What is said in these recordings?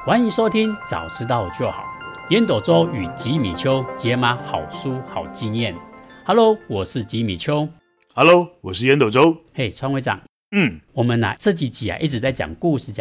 欢迎收听早知道就好，烟斗周与吉米邱解码好书好经验。Hello， 我是吉米邱。 Hello， 我是烟斗周。 嘿，川会长。我们这几集一直在讲故事。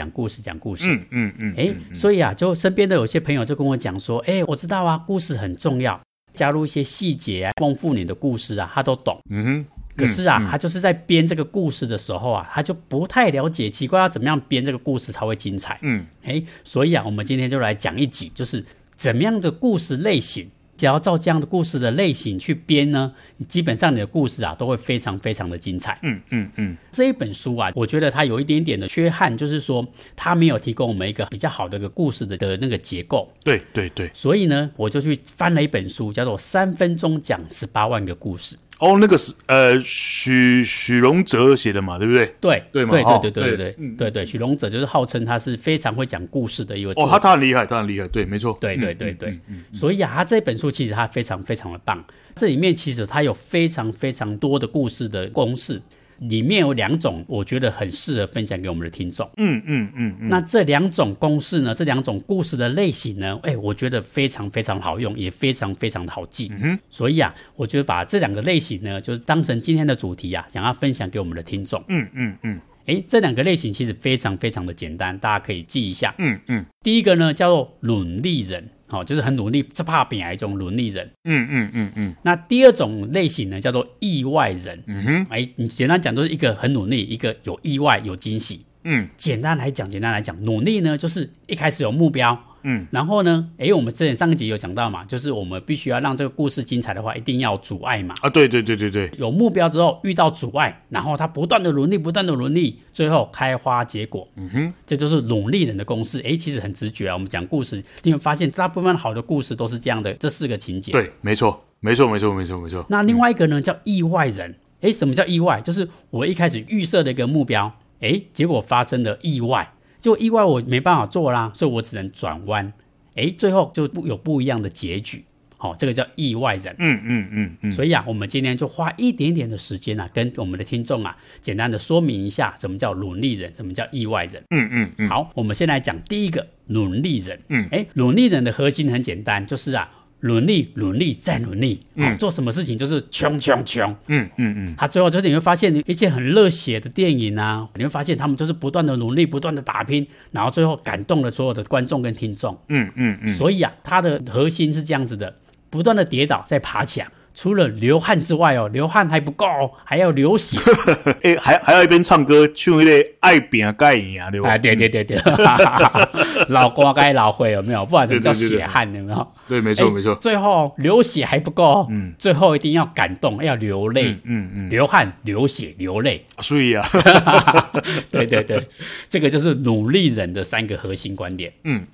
所以就身边的有些朋友就跟我讲说，我知道故事很重要，加入一些细节丰富你的故事他都懂。可是他就是在编这个故事的时候他就不太了解，奇怪要怎么样编这个故事才会精彩。所以我们今天就来讲一集，就是怎么样的故事类型，只要照这样的故事的类型去编呢，基本上你的故事都会非常非常的精彩。这一本书我觉得它有一点点的缺憾，就是说它没有提供我们一个比较好的一个故事的那个结构。 对， 所以呢，我就去翻了一本书，叫做3分钟讲18万个故事。 那个是许荣哲写的嘛，对不对？ 对嘛，许荣哲就是号称他是非常会讲故事的一位作者。 他很厉害，对，没错。 对，所以他这本书其实他非常非常的棒，这里面其实他有非常非常多的故事的公式。里面有2种我觉得很适合分享给我们的听众。那这2种公式呢，这2种故事的类型呢，我觉得非常非常好用，也非常非常的好记。所以我觉得把这2个类型呢，就当成今天的主题想要分享给我们的听众。这2个类型其实非常非常的简单，大家可以记一下。第一个呢叫做努力人，就是很努力这怕饼一种努力人。那第2种类型呢叫做意外人。你简单讲就是一个很努力，一个有意外有惊喜。简单来讲，努力呢就是一开始有目标。然后呢，我们之前上一集有讲到嘛，就是我们必须要让这个故事精彩的话，一定要有阻碍嘛。对，有目标之后遇到阻碍，然后他不断的努力，最后开花结果。这就是努力人的公式。其实很直觉我们讲故事，你会发现大部分好的故事都是这样的，这4个情节。 对，没错。 那另外一个呢叫意外人。什么叫意外？就是我一开始预设的一个目标，结果发生了意外。就意外我没办法做啦，所以我只能转弯。最后就有不一样的结局。这个叫意外人。所以我们今天就花一点点的时间跟我们的听众简单的说明一下什么叫努力人，什么叫意外人。好，我们先来讲第一个努力人。努力人的核心很简单，就是努力再努力。做什么事情就是冲。他最后就是你会发现一些很热血的电影你会发现他们就是不断的努力，不断的打拼，然后最后感动了所有的观众跟听众。所以他的核心是这样子的，不断的跌倒再爬起来。除了流汗之外流汗还不够还要流血。 还要一边唱歌唱那个爱拼该赢，对吧？ 对老歌该老会有没有？不然怎么叫血汗，有没有？ 对，没错。 最后流血还不够，最后一定要感动，要流泪。流汗流血流泪， 所以对，这个就是努力人的3个核心观点。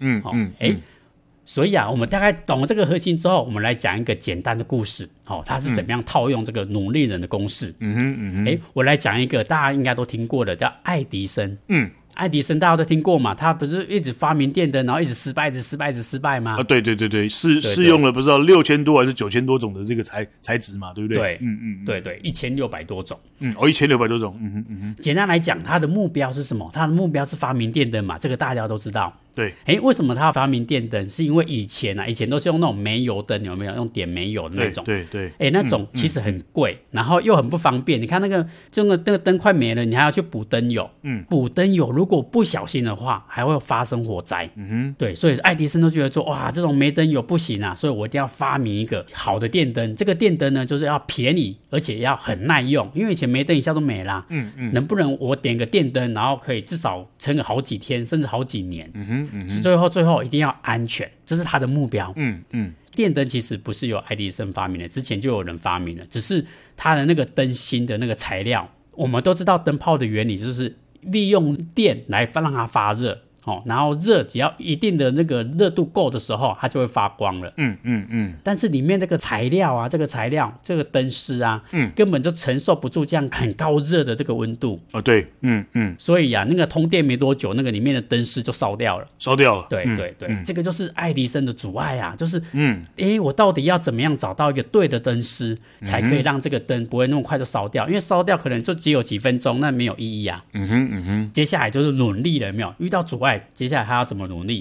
所以我们大概懂了这个核心之后，我们来讲一个简单的故事。它是怎么样套用这个努力人的公式。我来讲一个大家应该都听过的，叫爱迪生。爱迪生大家都听过嘛，他不是一直发明电灯，然后一直失败吗？对， 试用了不知道6000多还是9000多种的这个材质嘛，对不对？ 对，1600多种。 1600多种。 简单来讲，他的目标是什么？他的目标是发明电灯嘛，这个大家都知道。 对， 为什么他要发明电灯？是因为以前都是用那种煤油灯，有没有？用点煤油的那种。 对。 那种其实很贵，然后又很不方便。你看那个灯快没了，你还要去补灯油。补灯油如果不小心的话，还会发生火灾。对，所以爱迪生都觉得说，哇，这种煤灯油不行所以我一定要发明一个好的电灯。这个电灯呢，就是要便宜，而且要很耐用，因为以前煤灯一下都没啦。能不能我点个电灯，然后可以至少撑个好几天，甚至好几年？最后一定要安全，这是他的目标。电灯其实不是由爱迪生发明的，之前就有人发明了，只是他的那个灯芯的那个材料，我们都知道灯泡的原理就是利用电来让它发热。然后只要一定的那个热度够的时候，它就会发光了。但是里面这个材料这个灯丝根本就承受不住这样很高热的这个温度。 对， 所以那个通电没多久，那个里面的灯丝就烧掉了。对，这个就是爱迪生的阻碍就是我到底要怎么样找到一个对的灯丝，才可以让这个灯不会那么快就烧掉？因为烧掉可能就只有几分钟，那没有意义接下来就是努力了，有没有？遇到阻碍，接下来他要怎么努力？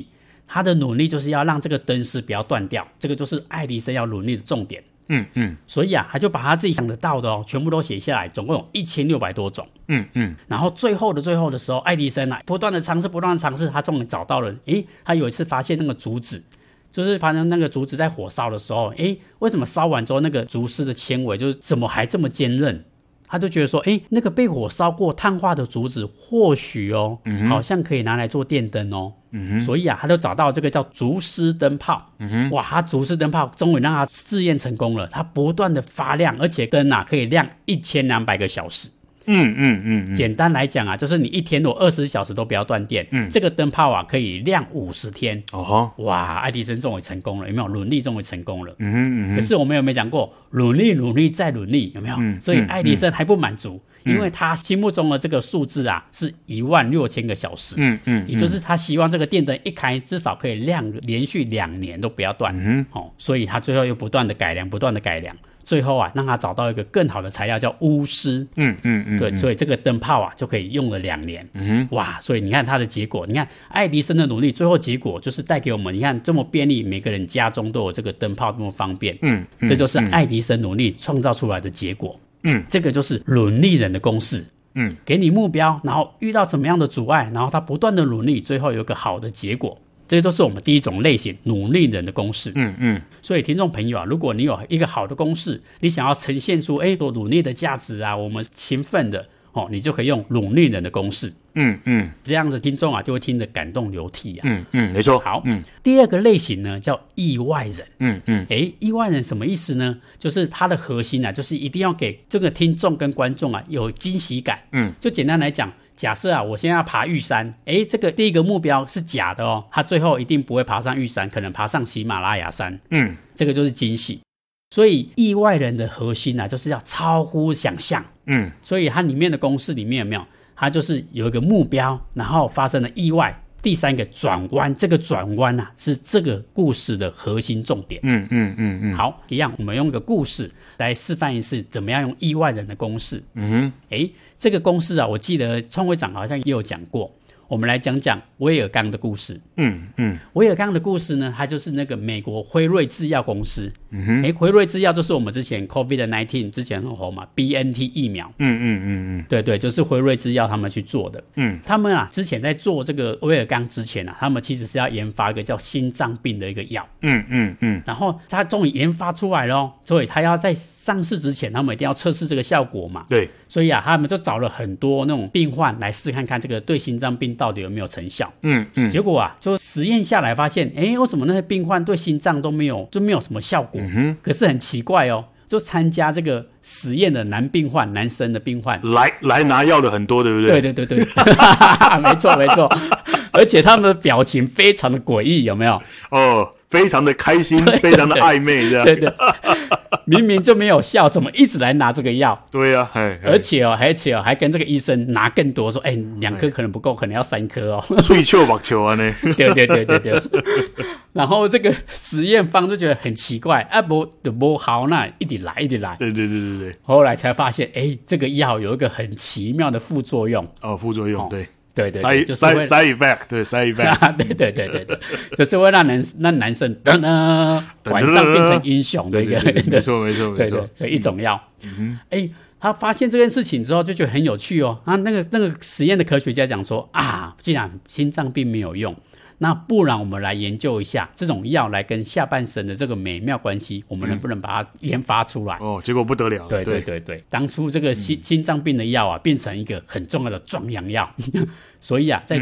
他的努力就是要让这个灯丝不要断掉，这个就是爱迪生要努力的重点。所以他就把他自己想得到的全部都写下来，总共有1600多种。然后最后的时候，爱迪生不断的尝试，他终于找到了。他有一次发现那个竹子，就是发现那个竹子在火烧的时候，为什么烧完之后那个竹丝的纤维就是怎么还这么坚韧？他就觉得说，那个被火烧过碳化的竹子或许好像可以拿来做电灯所以他就找到这个叫竹丝灯泡。哇，他竹丝灯泡终于让他试验成功了，它不断的发亮，而且灯可以亮1200个小时。简单来讲就是你一天如果24小时都不要断电，这个灯泡可以亮50天。哇，爱迪生终于成功了，有没有？努力终于成功了。可是我们有没有讲过，努力再努力，有没有？所以爱迪生还不满足，因为他心目中的这个数字是16000个小时。也就是他希望这个电灯一开至少可以亮连续2年都不要断。所以他最后又不断的改良，最后让他找到一个更好的材料叫钨丝。对，所以这个灯泡就可以用了2年。哇，所以你看他的结果，你看爱迪生的努力，最后结果就是带给我们，你看这么便利，每个人家中都有这个灯泡，这么方便。这就是爱迪生努力创造出来的结果。这个就是努力人的公式。给你目标，然后遇到怎么样的阻碍，然后他不断的努力，最后有个好的结果。这都是我们第一种类型努力人的公式。所以听众朋友如果你有一个好的公式，你想要呈现出做努力的价值我们勤奋的你就可以用努力人的公式。这样的听众就会听得感动流涕没错。 好，第二个类型呢叫意外人。意外人什么意思呢？就是它的核心就是一定要给这个听众跟观众有惊喜感。就简单来讲，假设我现在要爬玉山，这个第一个目标是假的他最后一定不会爬上玉山，可能爬上喜马拉雅山。这个就是惊喜。所以意外人的核心就是要超乎想象。所以它里面的公式里面有没有？它就是有一个目标，然后发生了意外。第三个转弯，这个转弯是这个故事的核心重点。好，一样，我们用个故事来示范一次怎么样用意外人的公式。这个公式我记得创会长好像也有讲过。我们来讲讲威尔刚的故事。威尔刚的故事呢，它就是那个美国辉瑞制药公司。辉瑞制药就是我们之前 COVID-19 之前很红嘛 ，BNT 疫苗。对，就是辉瑞制药他们去做的。他们之前在做这个威尔刚之前他们其实是要研发一个叫心脏病的一个药。然后他终于研发出来了所以他要在上市之前，他们一定要测试这个效果嘛。 对， 所以他们就找了很多那种病患来试看看这个对心脏病到底有没有成效。结果就实验下来发现，为什么那些病患对心脏都没有什么效果？可是很奇怪就参加这个实验的男生的病患来拿药的很多，对不对？ 对没错，而且他们的表情非常的诡异，有没有？ 非常的开心，非常的暧昧，这样。 对，明明就没有效，怎么一直来拿这个药？ 对啊， 而且还跟这个医生拿更多，说2颗可能不够，可能要3颗吹球把球啊呢？ 对。然后这个实验方就觉得很奇怪，不好，那一直来。 对。 后来才发现，这个药有一个很奇妙的副作用。 副作用，对。 对，就是会 side effect， 对 side effect， 对，就是会让男生晚上变成英雄的一个， 没错， 对，一种药。他发现这件事情之后就觉得很有趣那个实验的科学家讲说既然心脏病没有用，那不然我们来研究一下这种药来跟下半身的这个美妙关系，我们能不能把它研发出来？ 结果不得了。 对，当初这个心脏病的药变成一个很重要的壮阳药。所以在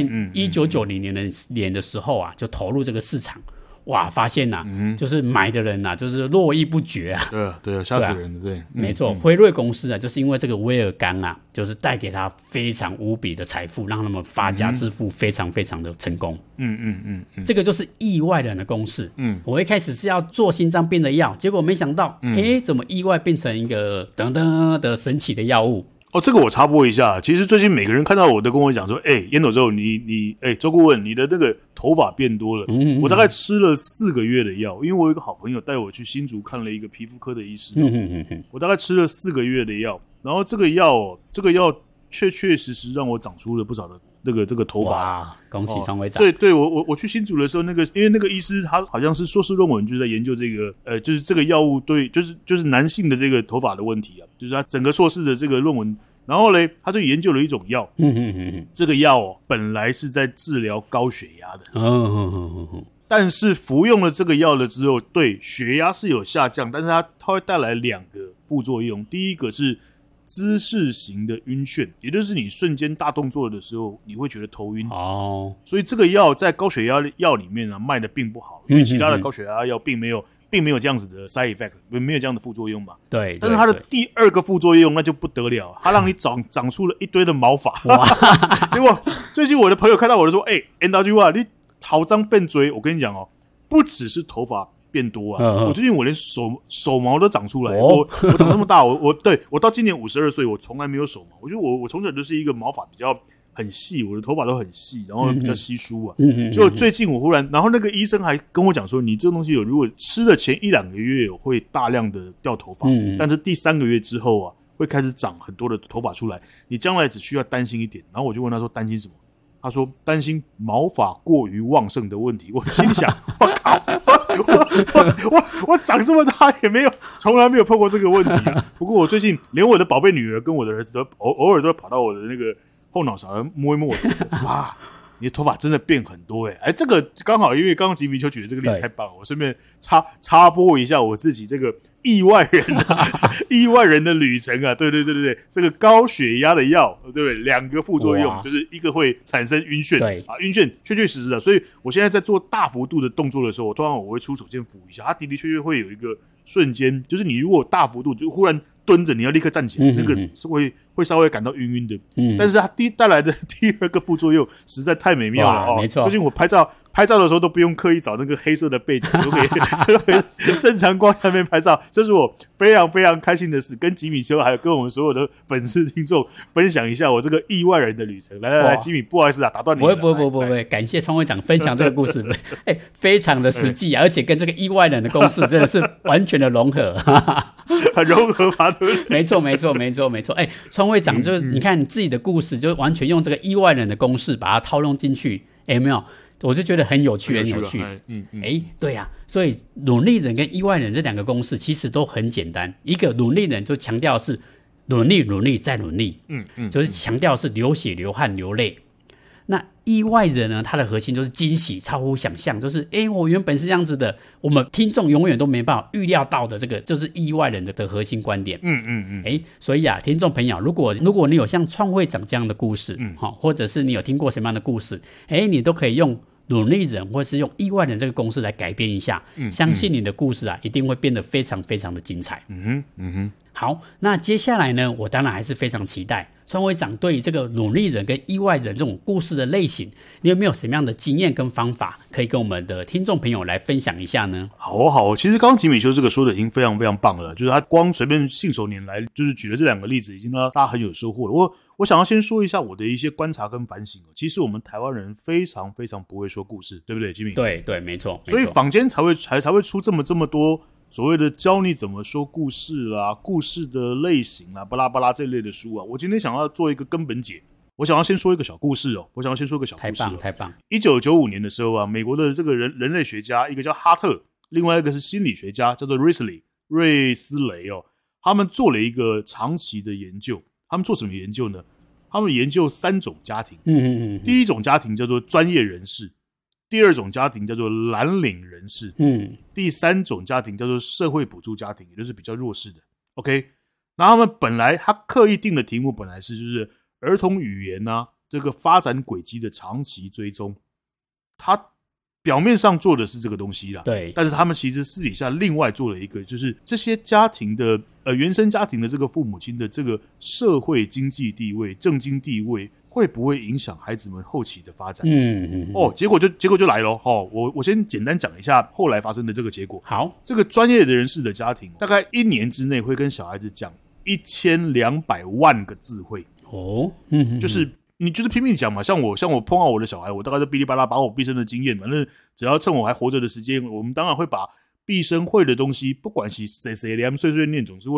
1990年的时候就投入这个市场。哇，发现就是买的人就是络绎不绝对，吓死人了。对， 没错，辉瑞公司就是因为这个威尔刚就是带给他非常无比的财富，让他们发家致富，非常非常的成功。这个就是意外人的公式。我一开始是要做心脏病的药，结果没想到怎么意外变成一个等等的神奇的药物。 这个我插播一下，其实最近每个人看到我都跟我讲说，烟斗周你周顾问，你的那个头发变多了。我大概吃了4个月的药，因为我有一个好朋友带我去新竹看了一个皮肤科的医师。我大概吃了4个月的药，然后这个药确确实实让我长出了不少的这个头发。 哇，恭喜创会长！ 对，我去新竹的时候，因为那个医师他好像是硕士论文就在研究这个就是这个药物对就是男性的这个头发的问题啊，就是他整个硕士的这个论文。然后嘞，他就研究了一种药，这个药本来是在治疗高血压的，但是服用了这个药了之后，对血压是有下降，但是它会带来2个副作用。第一个是姿势型的晕眩，也就是你瞬间大动作的时候，你会觉得头晕。所以这个药在高血压药里面卖的并不好，因为其他的高血压药并没有这样子的 side effect， 没有这样的副作用嘛。 对， 但是它的第2个副作用那就不得了，它让你长出了一堆的毛发。结果最近我的朋友看到我就说：“Andrew 啊，你头长变多。”我跟你讲不只是头发变多啊，我最近我连手毛都长出来。我长这么大，我到今年52岁，我从来没有手毛。我觉得我从小就是一个毛发比较很细，我的头发都很细，然后比较稀疏啊。就最近我忽然，然后那个医生还跟我讲说，你这个东西如果吃的前1-2个月会大量的掉头发，但是第3个月之后会开始长很多的头发出来，你将来只需要担心一点。然后我就问他说担心什么？他说担心毛发过于旺盛的问题。我心里想，我靠，我长这么大从来没有碰过这个问题啊。不过我最近连我的宝贝女儿跟我的儿子都偶尔都会跑到我的那个后脑勺摸一摸我的头。哇，你的头发真的变很多这个刚好因为刚刚吉米邱举的这个例子太棒了，我顺便插播一下我自己这个意外人的旅程啊。对，这个高血压的药，对不对？2个副作用，就是一个会产生晕眩，晕眩确实的。所以我现在在做大幅度的动作的时候，通常我会出手先扶一下，它的确会有一个瞬间，就是你如果大幅度就忽然蹲着，你要立刻站起来，那个是会稍微感到晕的。但是它带来的第2个副作用实在太美妙了没错。 最近我拍照的时候都不用刻意找那个黑色的背景，都可以正常光下面拍照，这是我非常非常开心的事。跟吉米邱还有跟我们所有的粉丝听众分享一下我这个意外人的旅程。来，吉米，不好意思打断你。 不会，感谢创会长分享这个故事，非常的实际而且跟这个意外人的公式真的是完全的融合， 很融合吧？对不对？ 没错。创会长就是你看你自己的故事，就完全用这个意外人的公式把它套用进去，有没有？我就觉得很有趣。对啊，所以努力人跟意外人这2个公式其实都很简单。一个努力人就强调是努力再努力，就是强调是流血流汗流泪。那意外人呢，它的核心就是惊喜，超乎想象，就是我原本是这样子的，我们听众永远都没办法预料到的，这个就是意外人的核心观点。所以听众朋友，如果你有像创会长这样的故事，或者是你有听过什么样的故事，你都可以用努力人或是用意外人这个公式来改编一下，相信你的故事一定会变得非常非常的精彩。好，那接下来呢，我当然还是非常期待创会长对于这个努力人跟意外人这种故事的类型，你有没有什么样的经验跟方法可以跟我们的听众朋友来分享一下呢？ 好，其实刚刚吉米邱这个说的已经非常非常棒了，就是他光随便信手拈来就是举了这2个例子，已经让大家很有收获了。我想要先说一下我的一些观察跟反省。其实我们台湾人非常非常不会说故事，对不对，吉米？ 对，没错。 所以坊间才会出这么多所谓的教你怎么说故事啦、故事的类型啦、巴拉巴拉这类的书啊。我今天想要做一个根本解，我想要先说一个小故事。 太棒 ！1995年的时候美国的这个人类学家，一个叫哈特，另外一个是心理学家叫做瑞斯雷他们做了一个长期的研究。他们做什么研究呢？他们研究3种家庭。第一种家庭叫做专业人士，第2种家庭叫做蓝领人士，第3种家庭叫做社会补助家庭，也就是比较弱势的。OK， 那他们本来他刻意定的题目本来是就是儿童语言这个发展轨迹的长期追踪，他表面上做的是这个东西啦， 对， 但是他们其实私底下另外做了一个，就是这些家庭的原生家庭的这个父母亲的这个社会经济地位、政经地位会不会影响孩子们后期的发展？结果就来了我先简单讲一下后来发生的这个结果。 好， 这个专业的人士的家庭，大概1年之内会跟小孩子讲1200万个字汇就是你就是拼命讲嘛，像我碰到我的小孩，我大概就哔哩吧啦把我毕生的经验，反正只要趁我还活着的时间，我们当然会把毕生会的东西，不管是谁碎念，总是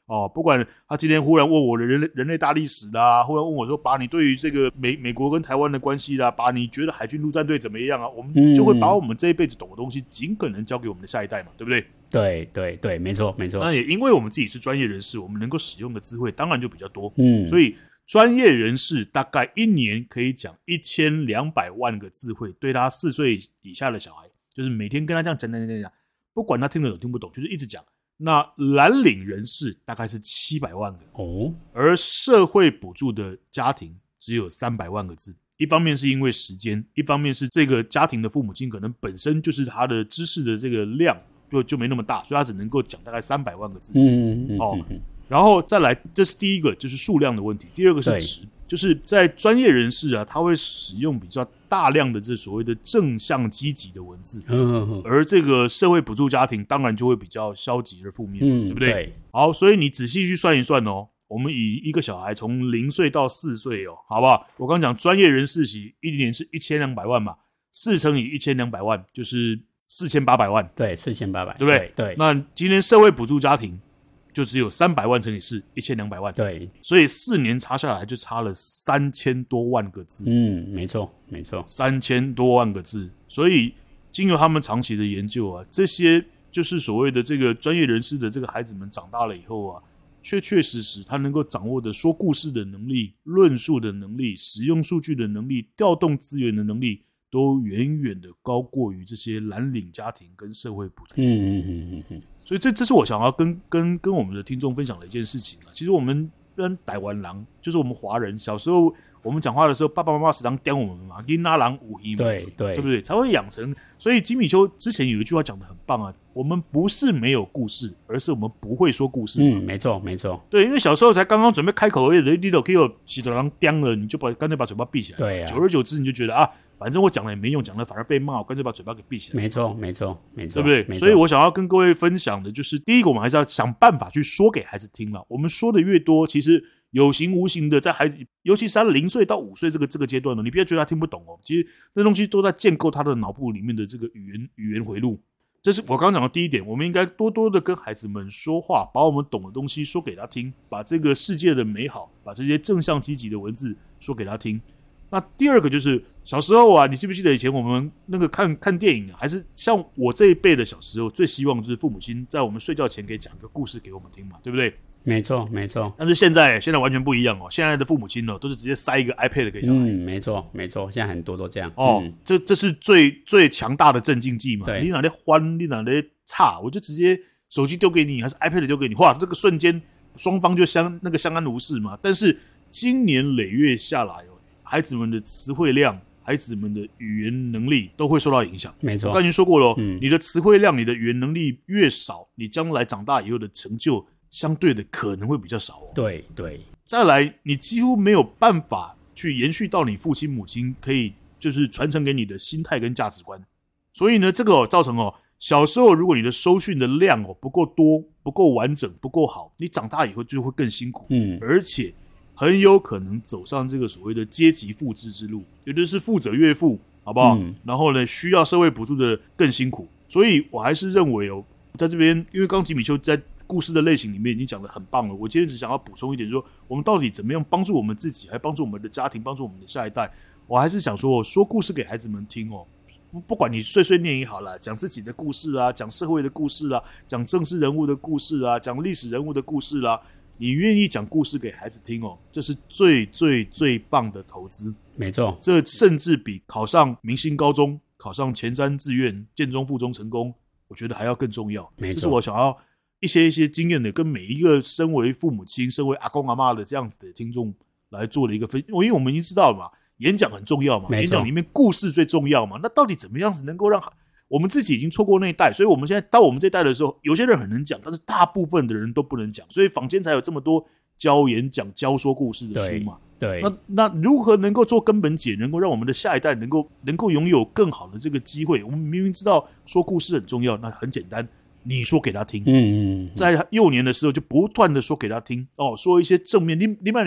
不管他今天忽然问我的人类大历史啦，忽然问我说把你对于这个美国跟台湾的关系啦，把你觉得海军陆战队怎么样啊，我们就会把我们这一辈子懂的东西尽可能交给我们的下一代嘛，对不对？ 对对对，没错没错。 那也因为我们自己是专业人士，我们能够使用的智慧当然就比较多，所以专业人士大概一年可以讲1200万个智慧，对他4岁以下的小孩，就是每天跟他这样讲，不管他听得懂听不懂，就是一直讲。那蓝领人士大概是700万个而社会补助的家庭只有300万个字。一方面是因为时间，一方面是这个家庭的父母亲可能本身就是他的知识的这个量就没那么大，所以他只能够讲大概300万个字。然后再来，这是第一个，就是数量的问题。第二个是值，就是在专业人士啊，他会使用比较大量的这所谓的正向积极的文字，而这个社会补助家庭当然就会比较消极而负面，对不对？对。好，所以你仔细去算一算哦，我们以一个小孩从0岁到4岁哦，好不好？我刚讲专业人士席一年是1200万嘛，4乘以1200万就是4800万，对，4800，对不对？对。那今天社会补助家庭就只有300万乘以4，1200万。对，所以4年差下来就差了3000多万个字。没错，没错，3000多万个字。所以经由他们长期的研究啊，这些就是所谓的这个专业人士的这个孩子们长大了以后啊，确确实实他能够掌握的说故事的能力、论述的能力、使用数据的能力、调动资源的能力，都远远的高过于这些蓝领家庭跟社会补助。所以这是我想要跟我们的听众分享的一件事情啊。其实我们跟台湾人，就是我们华人，小时候我们讲话的时候，爸爸妈妈时常刁我们嘛，囡仔人有耳没嘴，对不对？才会养成。所以吉米邱之前有一句话讲得很棒啊，我们不是没有故事，而是我们不会说故事。没错没错。对，因为小时候才刚刚准备开口而已，你都可以有许多人刁了，你就干脆把嘴巴闭起来。对啊。久而久之，你就觉得啊，反正我讲了也没用，讲了反而被骂，我干脆把嘴巴给闭起来。没错没错没错，对不对？所以我想要跟各位分享的就是，第一个，我们还是要想办法去说给孩子听了。我们说的越多，其实有形无形的在孩子，尤其是他0岁到5岁这个阶段呢，你不要觉得他听不懂哦，其实那东西都在建构他的脑部里面的这个语言回路。这是我刚刚讲的第一点，我们应该多多的跟孩子们说话，把我们懂的东西说给他听，把这个世界的美好，把这些正向积极的文字说给他听。那第二个就是小时候啊，你记不记得以前我们那个看电影啊，还是像我这一辈的小时候，最希望就是父母亲在我们睡觉前可以讲一个故事给我们听嘛，对不对？没错没错。但是现在完全不一样哦，现在的父母亲呢，都是直接塞一个 iPad 给小孩。没错没错，现在很多都这样哦。这是最强大的镇静剂嘛。你哪里欢，你哪里差，我就直接手机丢给你，还是 iPad 丢给你，哇，这个瞬间双方就相安无事嘛。但是经年累月下来哦，孩子们的词汇量、孩子们的语言能力都会受到影响。没错，我刚才已经说过了，你的词汇量、你的语言能力越少，你将来长大以后的成就相对的可能会比较少哦。对对，再来，你几乎没有办法去延续到你父亲母亲可以就是传承给你的心态跟价值观。所以呢，这个造成小时候如果你的收讯的量不够多、不够完整、不够好，你长大以后就会更辛苦。而且很有可能走上这个所谓的阶级复制之路，也就是富者越富，好不好？然后呢，需要社会补助的更辛苦。所以我还是认为在这边，因为刚吉米邱在故事的类型里面已经讲得很棒了，我今天只想要补充一点说，我们到底怎么样帮助我们自己，还帮助我们的家庭，帮助我们的下一代。我还是想说故事给孩子们听不管你碎碎念也好啦，讲自己的故事啊，讲社会的故事啊，讲政治人物的故事啊，讲历史人物的故事啦，你愿意讲故事给孩子听这是最最最棒的投资。没错，这甚至比考上明星高中、考上前3志愿、建中、附中成功，我觉得还要更重要。没错，这是我想要一些经验的，跟每一个身为父母亲、身为阿公阿嬷的这样子的听众来做的一个分析。因为我们已经知道了嘛，演讲很重要嘛，演讲里面故事最重要嘛。那到底怎么样子能够让我们自己已经错过那一代，所以我们现在到我们这一代的时候，有些人很能讲，但是大部分的人都不能讲，所以坊间才有这么多教演讲、教说故事的书嘛。对，那如何能够做根本解，能够让我们的下一代能够拥有更好的这个机会？我们明明知道说故事很重要，那很简单，你说给他听。在幼年的时候就不断的说给他听说一些正面。你买人家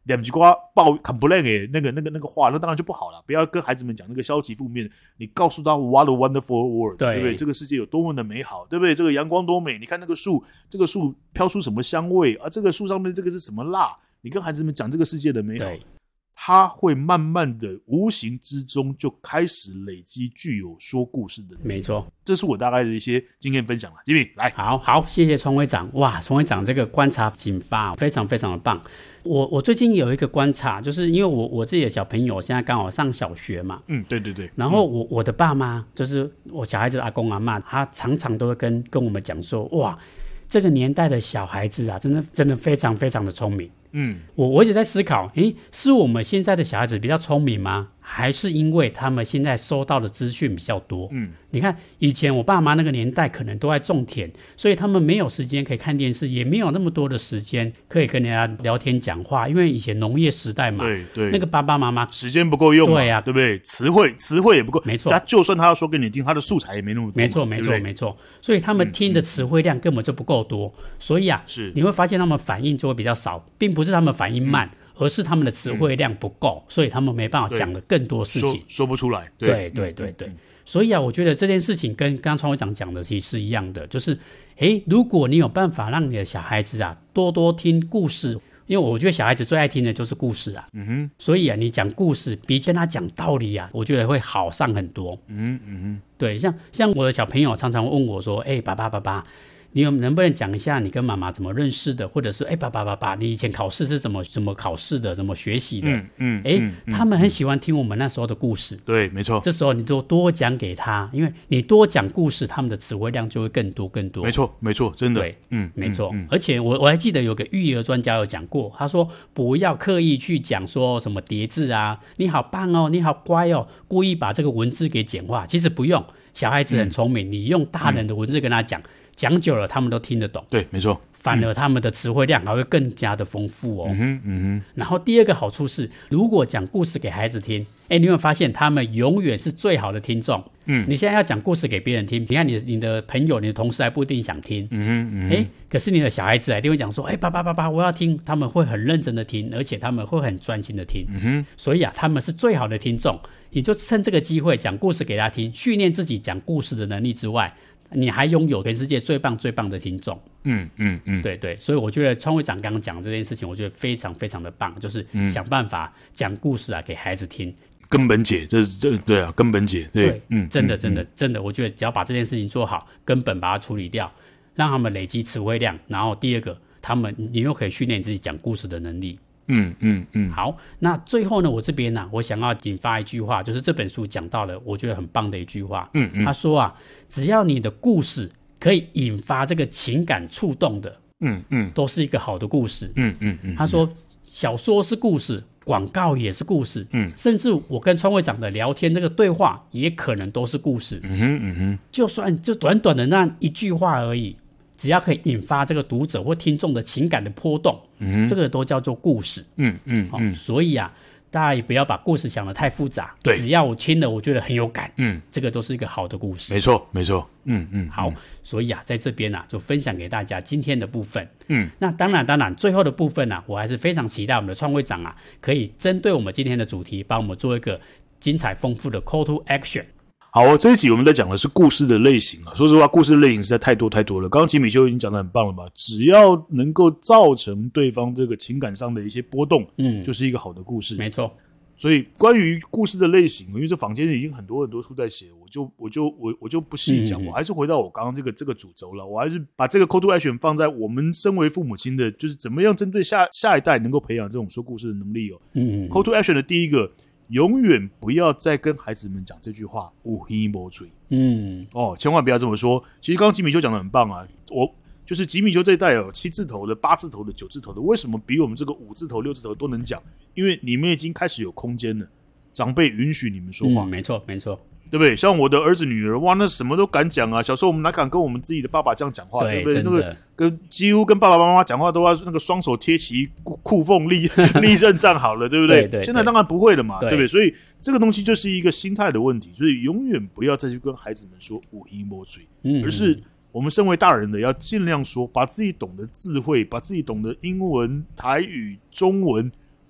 两句话complain 的那个话，那当然就不好了。不要跟孩子们讲那个消极负面，你告诉他 what a wonderful world， 对不对？这个世界有多么的美好，对不对？这个阳光多美，你看那个树，这个树飘出什么香味啊？这个树上面这个是什么蜡？你跟孩子们讲这个世界的美好，他会慢慢的无形之中就开始累积具有说故事的能力。 没错， 这是我大概的一些经验分享了。吉米，来， 好，谢谢川会长。哇，川会长这个观察引发非常非常的棒。我最近有一个观察，就是因为我自己的小朋友现在刚好上小学嘛， 对对对。 然后我的爸妈，就是我小孩子的阿公阿嬷，他常常都会跟我们讲说，哇，这个年代的小孩子啊，真的非常非常的聪明。我一直在思考，是我们现在的小孩子比较聪明吗？还是因为他们现在收到的资讯比较多？你看以前我爸妈那个年代可能都在种田，所以他们没有时间可以看电视，也没有那么多的时间可以跟人家聊天讲话，因为以前农业时代嘛， 对， 那个爸爸妈妈时间不够用嘛， 对啊， 对不对？词汇也不够， 没错。 他就算他要说给你听，他的素材也没那么多， 没错。所以他们听的词汇量根本就不够多，所以你会发现他们反应就会比较少，并不是他们反应慢。而是他们的词汇量不够，所以他们没办法讲了更多事情， 说不出来。 对。所以我觉得这件事情跟刚刚川会长讲的其实是一样的，就是如果你有办法让你的小孩子多多听故事，因为我觉得小孩子最爱听的就是故事所以你讲故事比跟他讲道理我觉得会好上很多。对，像我的小朋友常常问我说，爸爸，你能不能讲一下你跟妈妈怎么认识的，或者是爸，你以前考试是怎么考试的，怎么学习的？他们很喜欢听我们那时候的故事。 对，没错。 这时候你就多讲给他，因为你多讲故事，他们的词汇量就会更多。 没错，真的。 对，没错。而且我还记得有个育儿专家有讲过，他说不要刻意去讲说什么叠字你好棒哦，你好乖哦，故意把这个文字给简化。其实不用，小孩子很聪明，你用大人的文字跟他讲久了他们都听得懂。 对，没错。 反而他们的词汇量还会更加的丰富然后第二个好处是，如果讲故事给孩子听，你会发现他们永远是最好的听众。你现在要讲故事给别人听，你看你的朋友、你的同事还不一定想听。可是你的小孩子一定会讲说，爸，我要听，他们会很认真的听，而且他们会很专心的听。所以他们是最好的听众。你就趁这个机会讲故事给他听，训练自己讲故事的能力之外，你还拥有全世界最棒的听众。对，所以我觉得川会长刚刚讲这件事情，我觉得非常非常的棒，就是想办法讲故事给孩子听。 根本解，对啊，根本解。对， 真的，我觉得只要把这件事情做好，根本把它处理掉，让他们累积词汇量，然后第二个，你又可以训练你自己讲故事的能力。好，那最后呢，我这边我想要引发一句话，就是这本书讲到了我觉得很棒的一句话。他说只要你的故事可以引发这个情感触动的，都是一个好的故事。他说小说是故事，广告也是故事，甚至我跟川会长的聊天这个对话也可能都是故事。就算就短短的那一句话而已，只要可以引发这个读者或听众的情感的波动，这个都叫做故事。所以大家也不要把故事想得太复杂， 对， 只要我听了我觉得很有感，这个都是一个好的故事。 没错。 好，所以在这边就分享给大家今天的部分。那当然最后的部分我还是非常期待我们的创会长可以针对我们今天的主题帮我们做一个精彩丰富的 call to action。 好，这一集我们在讲的是故事的类型说实话，故事的类型实在太多了。刚刚吉米修已经讲得很棒了吧？只要能够造成对方这个情感上的一些波动，就是一个好的故事。 没错。 所以关于故事的类型，因为这坊间已经很多书在写，我就不细讲，我还是回到我刚刚这个主轴了。我还是把这个 call to action 放在我们身为父母亲的，就是怎么样针对下一代能够培养这种说故事的能力call to action 的第一个，永远不要再跟孩子们讲这句话有耳没嘴。千万不要这么说。其实刚刚吉米修讲的很棒就是吉米修这一代7字头的、8字头的、9字头的，为什么比我们这个5字头、6字头都能讲？因为你们已经开始有空间了，长辈允许你们说话。 没错， 对不对？像我的儿子女儿，哇，那什么都敢讲小时候我们哪敢跟我们自己的爸爸这样讲话，对不对？那个几乎跟爸爸妈妈讲话都要那个双手贴齐裤缝立正站好了，对不对？现在当然不会了嘛，对不对？所以这个东西就是一个心态的问题，所以永远不要再去跟孩子们说有耳没嘴，而是我们身为大人的要尽量说，把自己懂的智慧，把自己懂的英文、台语、中文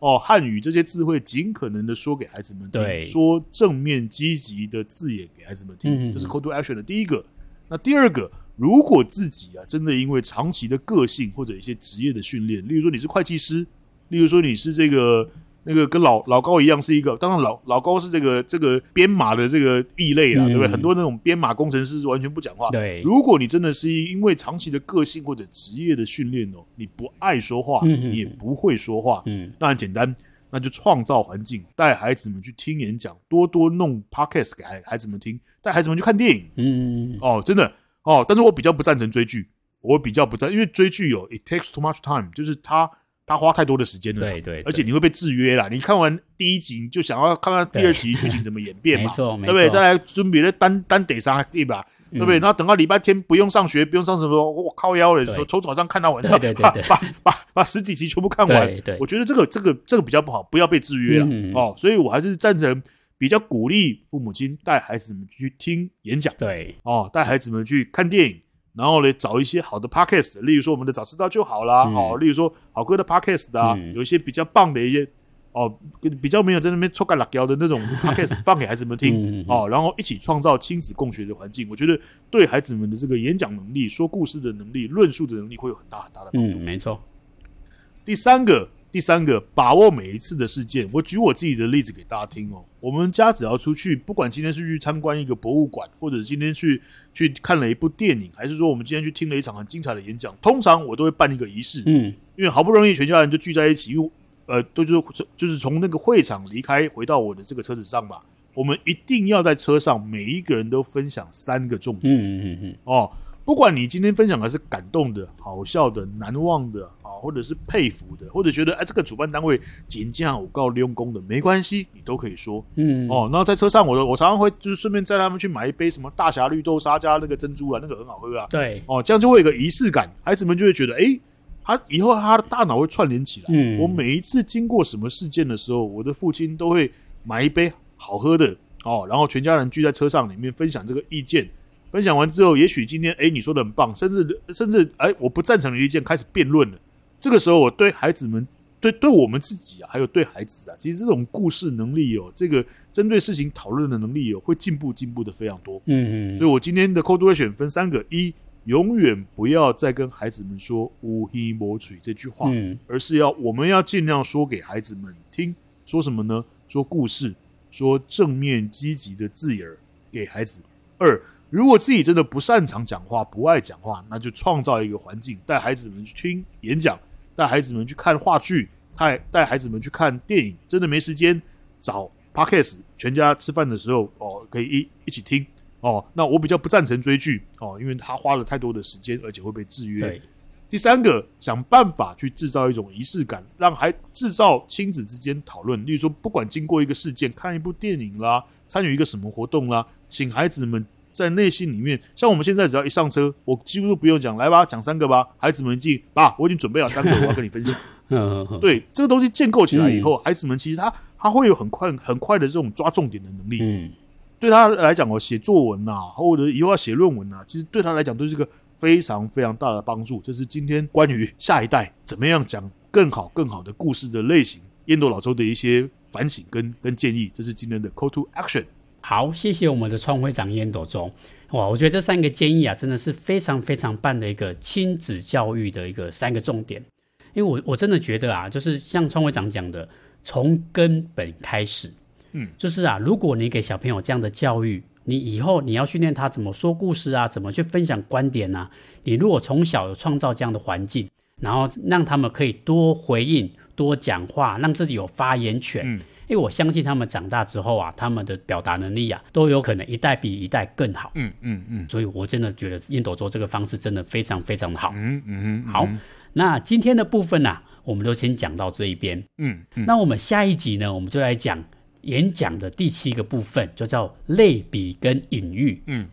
汉语这些字汇尽可能的说给孩子们听，说正面积极的字眼给孩子们听，这是 call to action 的第一个。那第二个，如果自己真的因为长期的个性或者一些职业的训练，例如说你是会计师，例如说你是这个那个跟老高一样是一个，当然老高是这个编码的这个异类啦，对不对？很多那种编码工程师是完全不讲话。 对， 如果你真的是因为长期的个性或者职业的训练你不爱说话，你也不会说话，那很简单，那就创造环境，带孩子们去听演讲，多多弄 podcast 给孩子们听，带孩子们去看电影。真的但是我比较不赞成追剧，因为追剧it takes too much time， 就是他花太多的时间了， 对， 而且你会被制约啦。你看完第一集，你就想要看看第二集剧情怎么演变嘛， 没错， 对不对？再来准备的单得上对吧？对不对？然后等到礼拜天不用上学，不用上什么，我靠腰了，说从早上看到晚上，把10几集全部看完。 对， 我觉得这个比较不好，不要被制约了所以我还是赞成比较鼓励父母亲带孩子们去听演讲， 对带孩子们去看电影。然后呢，找一些好的 podcast， 例如说我们的早知道就好啦，例如说好哥的 podcast 有一些比较棒的一些比较没有在那边臭干辣椒的那种 podcast 放给孩子们听然后一起创造亲子共学的环境，我觉得对孩子们的这个演讲能力、说故事的能力、论述的能力会有很大很大的帮助。 没错。 第三个，把握每一次的事件。我举我自己的例子给大家听我们家只要出去，不管今天是去参观一个博物馆，或者今天去看了一部电影，还是说我们今天去听了一场很精彩的演讲，通常我都会办一个仪式。因为好不容易全家人就聚在一起，就是从那个会场离开，回到我的这个车子上嘛，我们一定要在车上每一个人都分享3个重点。不管你今天分享的是感动的、好笑的、难忘的或者是佩服的，或者觉得这个主办单位真的有够用功的，没关系，你都可以说。然后在车上我常常会就是顺便载他们去买一杯什么大侠绿豆沙加那个珍珠那个很好喝对这样就会有一个仪式感，孩子们就会觉得他以后他的大脑会串联起来。我每一次经过什么事件的时候，我的父亲都会买一杯好喝的然后全家人聚在车上里面分享这个意见。分享完之后，也许今天你说的很棒，甚至我不赞成的意见开始辩论了。这个时候我对孩子们对我们自己还有对孩子其实这种故事能力这个针对事情讨论的能力会进步的非常多。所以我今天的 call to action 分3个：一，永远不要再跟孩子们说有耳没嘴这句话，而是我们要尽量说给孩子们听。说什么呢？说故事，说正面积极的字眼给孩子。2，如果自己真的不擅长讲话，不爱讲话，那就创造一个环境，带孩子们去听演讲，带孩子们去看话剧，带孩子们去看电影。真的没时间找 podcast， 全家吃饭的时候可以一起听那我比较不赞成追剧因为他花了太多的时间，而且会被制约。 对。 第3个，想办法去制造一种仪式感，让制造亲子之间讨论。例如说，不管经过一个事件，看一部电影啦，参与一个什么活动啦，请孩子们在内心里面，像我们现在只要一上车，我几乎都不用讲，来吧，讲3个吧。孩子们爸，我已经准备好3个，我要跟你分享。对，这个东西建构起来以后，孩子们其实他会有很快的这种抓重点的能力。对他来讲写作文或者以后要写论文其实对他来讲都是一个非常非常大的帮助。这是今天关于下一代怎么样讲更好的故事的类型，烟斗老周的一些反省跟建议。这是今天的 call to action。 好，谢谢我们的创会长烟斗周。哇，我觉得这3个建议真的是非常非常棒的一个亲子教育的一个3个重点。因为我真的觉得就是像创会长讲的，从根本开始。就是如果你给小朋友这样的教育，你以后你要训练他怎么说故事怎么去分享观点你如果从小有创造这样的环境，然后让他们可以多回应、多讲话，让自己有发言权。因为我相信他们长大之后他们的表达能力都有可能一代比一代更好。所以我真的觉得烟斗周这个方式真的非常非常的好。好，那今天的部分我们就先讲到这一边。那我们下一集呢，我们就来讲演讲的第7个部分，就叫类比跟隐喻。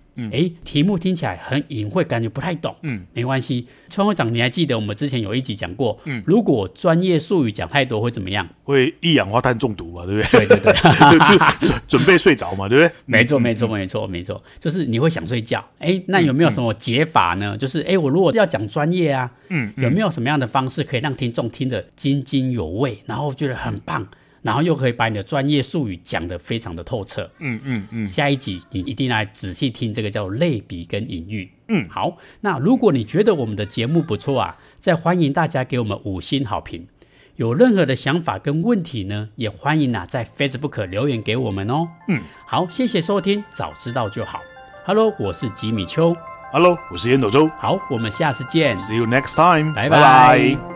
题目听起来很隐晦，感觉不太懂，没关系。川会长，你还记得我们之前有一集讲过，如果专业术语讲太多会怎么样？ 会一氧化碳中毒嘛，对不对？ 对就准备睡着嘛，对不对？ 没错，就是你会想睡觉。那有没有什么解法呢？就是我如果要讲专业啊，有没有什么样的方式可以让听众听得津津有味，然后觉得很棒？然后又可以把你的专业术语讲得非常的透彻。下一集你一定来仔细听这个叫类比跟隐喻。好，那如果你觉得我们的节目不错啊，再欢迎大家给我们5星好评。有任何的想法跟问题呢，也欢迎在 Facebook 留言给我们哦。好，谢谢收听，早知道就好。Hello， 我是吉米邱。 Hello， 我是烟斗周。 好，我们下次见。 See you next time。 拜拜。